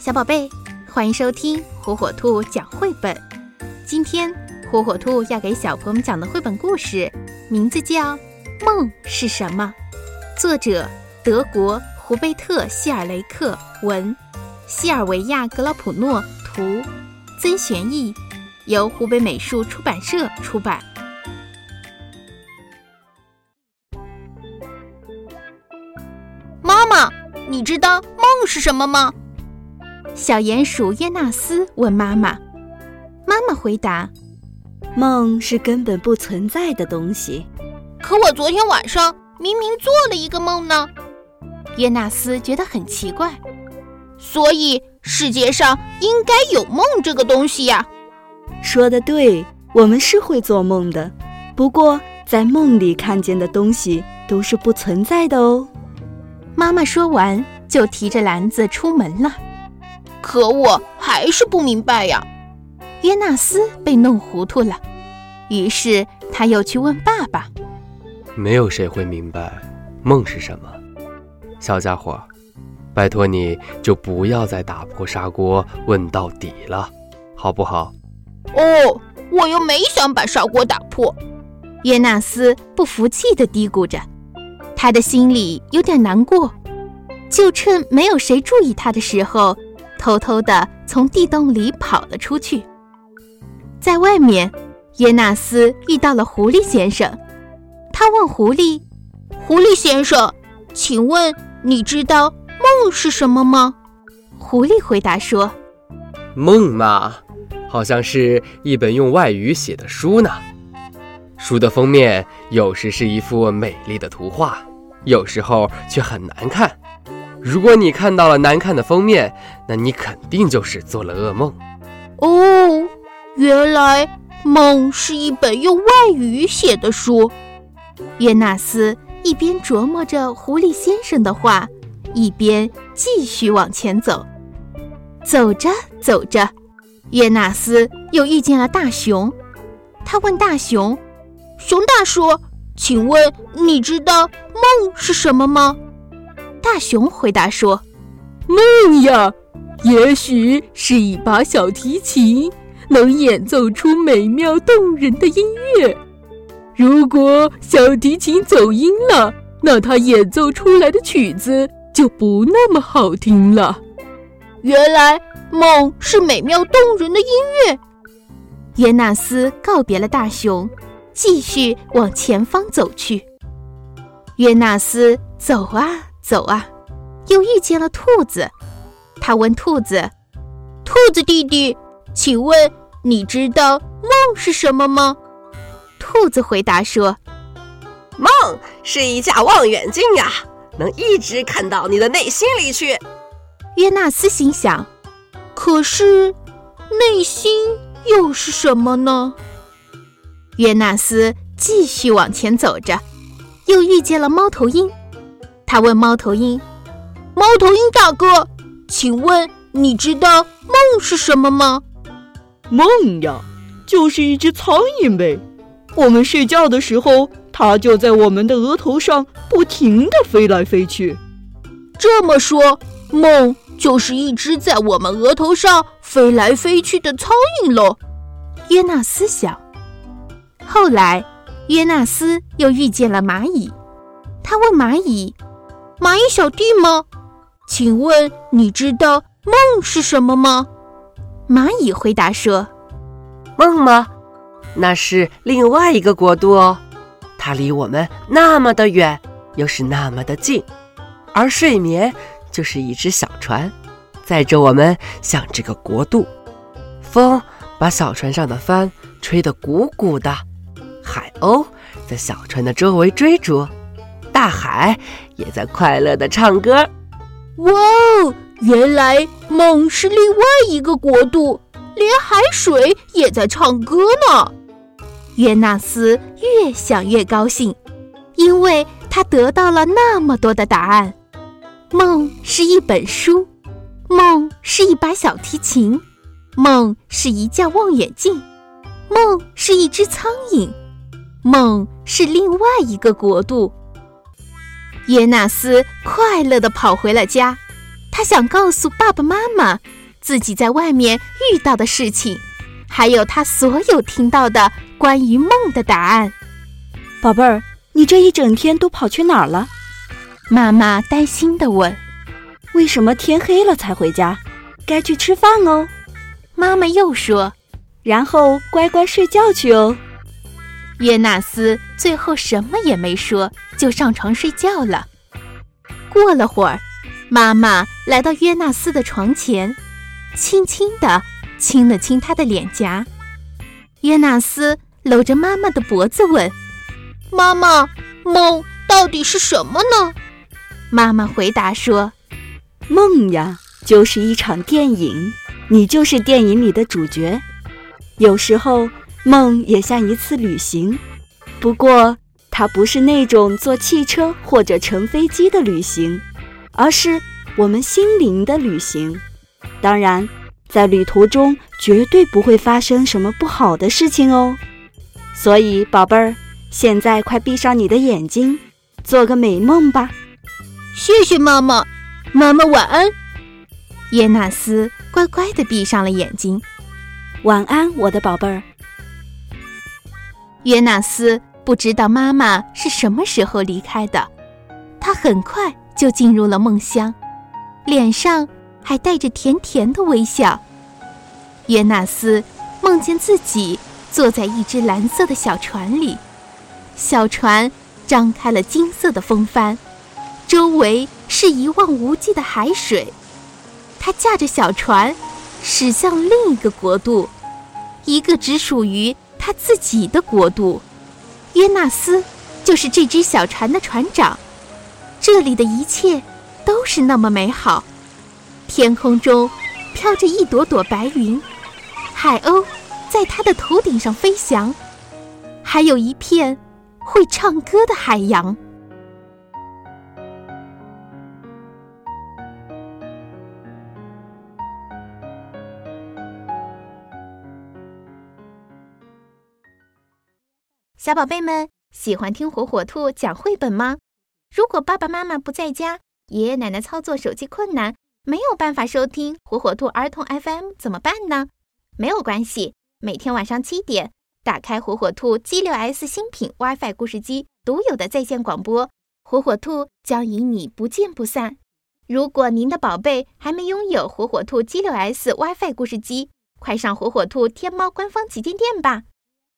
小宝贝，欢迎收听火火兔讲绘本。今天火火兔要给小朋友们讲的绘本故事名字叫《梦是什么》，作者德国胡贝特·希尔雷克文，西尔维亚·格劳普诺图，曾玄译，由湖北美术出版社出版。 妈妈，你知道梦是什么吗？ 小鼹鼠约纳斯问妈妈。妈妈回答： 梦是根本不存在的东西。 可我昨天晚上明明做了一个梦呢。 约纳斯觉得很奇怪。 所以世界上应该有梦这个东西呀。 说得对，我们是会做梦的，不过在梦里看见的东西都是不存在的哦。 妈妈说完就提着篮子出门了。 可我还是不明白呀。 约纳斯被弄糊涂了，于是他又去问爸爸。 没有谁会明白梦是什么，小家伙，拜托你就不要再打破砂锅问到底了，好不好？ 哦，我又没想把砂锅打破。 约纳斯不服气地嘀咕着，他的心里有点难过，就趁没有谁注意他的时候，偷偷地从地洞里跑了出去。在外面，约纳斯遇到了狐狸先生。他问狐狸： 狐狸先生，请问你知道梦是什么吗？ 狐狸回答说： 梦嘛，好像是一本用外语写的书呢。书的封面有时是一幅美丽的图画，有时候却很难看。如果你看到了难看的封面，那你肯定就是做了噩梦。 哦，原来梦是一本用外语写的书。 约纳斯一边琢磨着狐狸先生的话，一边继续往前走。走着走着，约纳斯又遇见了大熊。他问大熊： 熊大叔，请问你知道梦是什么吗？ 大熊回答说： 梦呀，也许是一把小提琴，能演奏出美妙动人的音乐。如果小提琴走音了，那它演奏出来的曲子就不那么好听了。 原来梦是美妙动人的音乐。 约纳斯告别了大熊，继续往前方走去。约纳斯走啊走啊，又遇见了兔子。他问兔子： 兔子弟弟，请问你知道梦是什么吗？ 兔子回答说： 梦是一架望远镜呀，能一直看到你的内心里去。 约纳斯心想， 可是内心又是什么呢？ 约纳斯继续往前走着，又遇见了猫头鹰。他问猫头鹰： 猫头鹰大哥，请问你知道梦是什么吗？ 梦呀，就是一只苍蝇呗。我们睡觉的时候，它就在我们的额头上不停地飞来飞去。 这么说，梦就是一只在我们额头上飞来飞去的苍蝇咯。 约纳斯想。后来，约纳斯又遇见了蚂蚁。他问蚂蚁： 蚂蚁小弟吗？请问你知道梦是什么吗？ 蚂蚁回答说： 梦吗？那是另外一个国度哦，它离我们那么的远，又是那么的近。而睡眠就是一只小船，载着我们向这个国度。风把小船上的帆吹得鼓鼓的，海鸥在小船的周围追逐，大海也在快乐地唱歌。 哇哦，原来梦是另外一个国度，连海水也在唱歌呢。 约纳斯越想越高兴，因为他得到了那么多的答案。梦是一本书，梦是一把小提琴，梦是一架望远镜，梦是一只苍蝇，梦是另外一个国度。约纳斯快乐地跑回了家， 他想告诉爸爸妈妈自己在外面遇到的事情，还有他所有听到的关于梦的答案。 宝贝儿，你这一整天都跑去哪儿了？ 妈妈担心地问。 为什么天黑了才回家？该去吃饭哦。 妈妈又说， 然后乖乖睡觉去哦。 约纳斯最后什么也没说，就上床睡觉了。过了会儿，妈妈来到约纳斯的床前，轻轻地亲了亲他的脸颊。约纳斯搂着妈妈的脖子问， 妈妈，梦到底是什么呢？ 妈妈回答说， 梦呀，就是一场电影，你就是电影里的主角。有时候梦也像一次旅行，不过它不是那种坐汽车或者乘飞机的旅行，而是我们心灵的旅行。当然，在旅途中绝对不会发生什么不好的事情哦。所以宝贝儿，现在快闭上你的眼睛，做个美梦吧。 谢谢妈妈，妈妈晚安。 约纳斯乖乖地闭上了眼睛。 晚安，我的宝贝儿。 约纳斯不知道妈妈是什么时候离开的，他很快就进入了梦乡，脸上还带着甜甜的微笑。约纳斯梦见自己坐在一只蓝色的小船里，小船张开了金色的风帆，周围是一望无际的海水。他驾着小船驶向另一个国度，一个只属于他自己的国度。约纳斯就是这只小船的船长。这里的一切都是那么美好，天空中飘着一朵朵白云，海鸥在他的头顶上飞翔，还有一片会唱歌的海洋。小宝贝们，喜欢听火火兔讲绘本吗？如果爸爸妈妈不在家，爷爷奶奶操作手机困难，没有办法收听火火兔儿童 FM 怎么办呢？没有关系，每天晚上7点，打开火火兔 G6S 新品 WiFi 故事机独有的在线广播，火火兔将与你不见不散。如果您的宝贝还没拥有火火兔 G6S WiFi 故事机，快上火火兔天猫官方旗舰店吧。